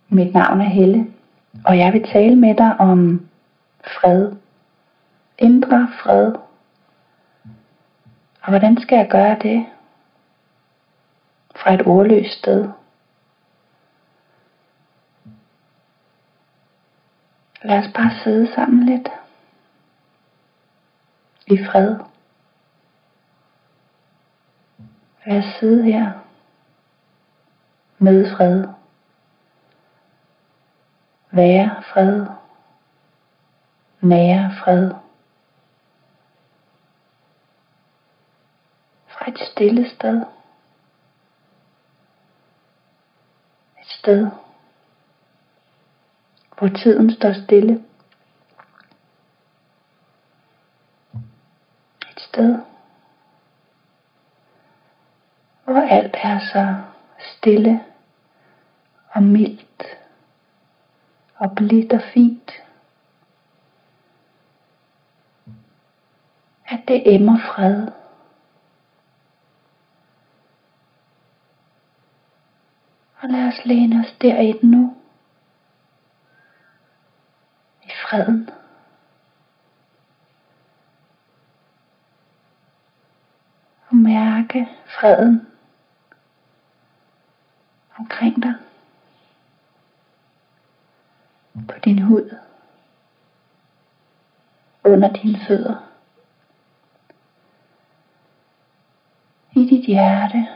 Mit navn er Helle, og jeg vil tale med dig om fred. Indre fred. Og hvordan skal jeg gøre det? Fra et ordløst sted. Lad os bare sidde sammen lidt. I fred. Lad os sidde her. Med fred. Være fred. Nære fred. Fra et stille sted. Et sted, hvor tiden står stille. Et sted, hvor alt er så stille og mildt og blidt og fint, at det emmer fred. Og lad os læne os derind nu, i freden. Og mærke freden omkring dig, på din hud, under dine fødder, i dit hjerte.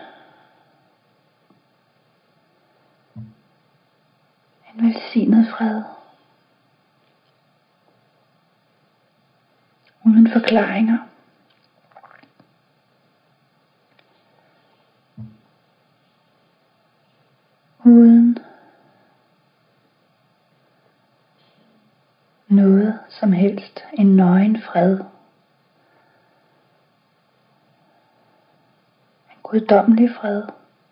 En velsignet fred, uden forklaringer. Uden noget som helst. En nøgen fred. En guddommelig fred.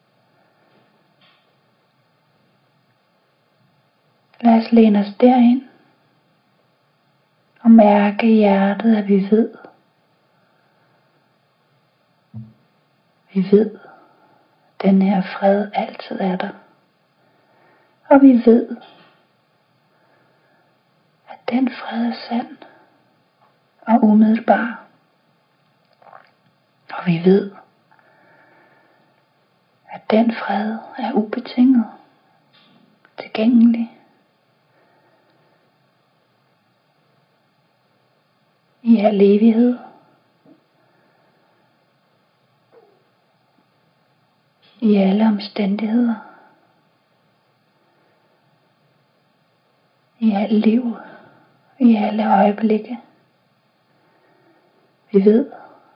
Lad os læne os derind og mærke i hjertet, at vi ved. Vi ved, den her fred altid er der. Og vi ved, at den fred er sand og umiddelbar. Og vi ved, at den fred er ubetinget, tilgængelig. I al evighed. I alle omstændigheder. I alt liv. I alle øjeblikke. Vi ved.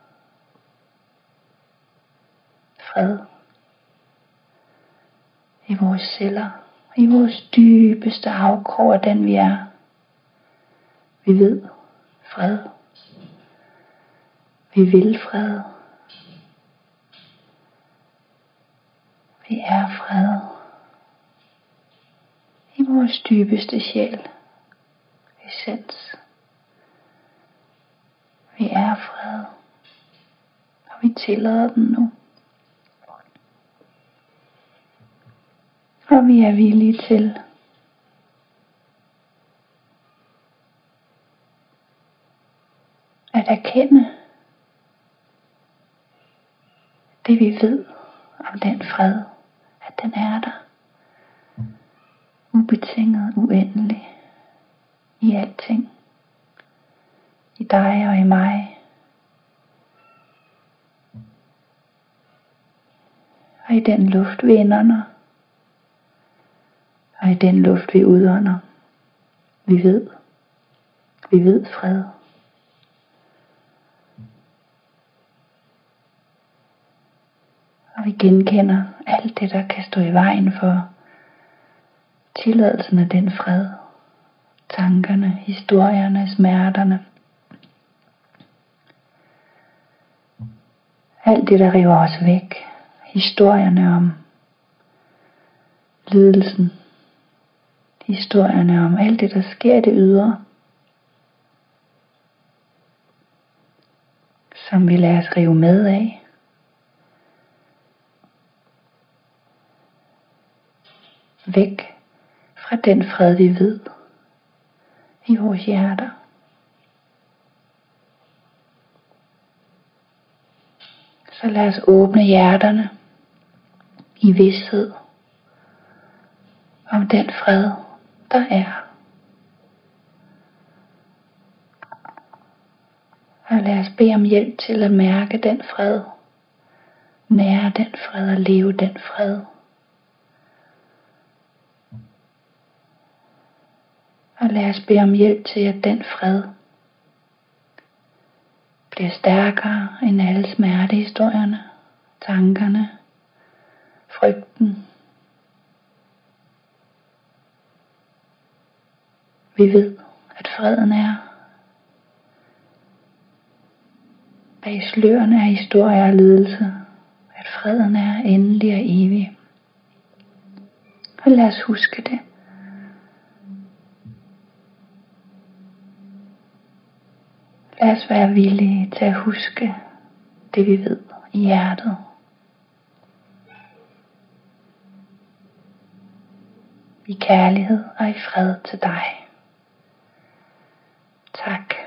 Fred. I vores celler. I vores dybeste afkrog af den vi er. Vi ved. Fred. Vi vil fred. Vi er fred. I vores dybeste sjæl. Essens. Vi er fred. Og vi tillader den nu. Og vi er villige til at erkende det vi ved om den fred, at den er der. Ubetinget, uendelig. I alting. I dig og i mig. Og i den luft vi indånder. Og i den luft vi udånder. Vi ved. Vi ved fred. Og vi genkender alt det der kan stå i vejen for tilladelsen af den fred. Tankerne, historierne, smerterne. Alt det der river os væk. Historierne om lidelsen. Historierne om alt det der sker i det ydre. Som vi lader os rive med af. Væk fra den fred vi ved i vores hjerter. Så lad os åbne hjerterne i vished om den fred, der er. Og lad os bede om hjælp til at mærke den fred, nære den fred og leve den fred. Og lad os bede om hjælp til, at den fred bliver stærkere end alle smertehistorierne, tankerne, frygten. Vi ved, at freden er bag slørene af historie og lidelse, at freden er endelig og evig. Og lad os huske det. Lad os være villige til at huske det vi ved i hjertet. I kærlighed og i fred til dig. Tak.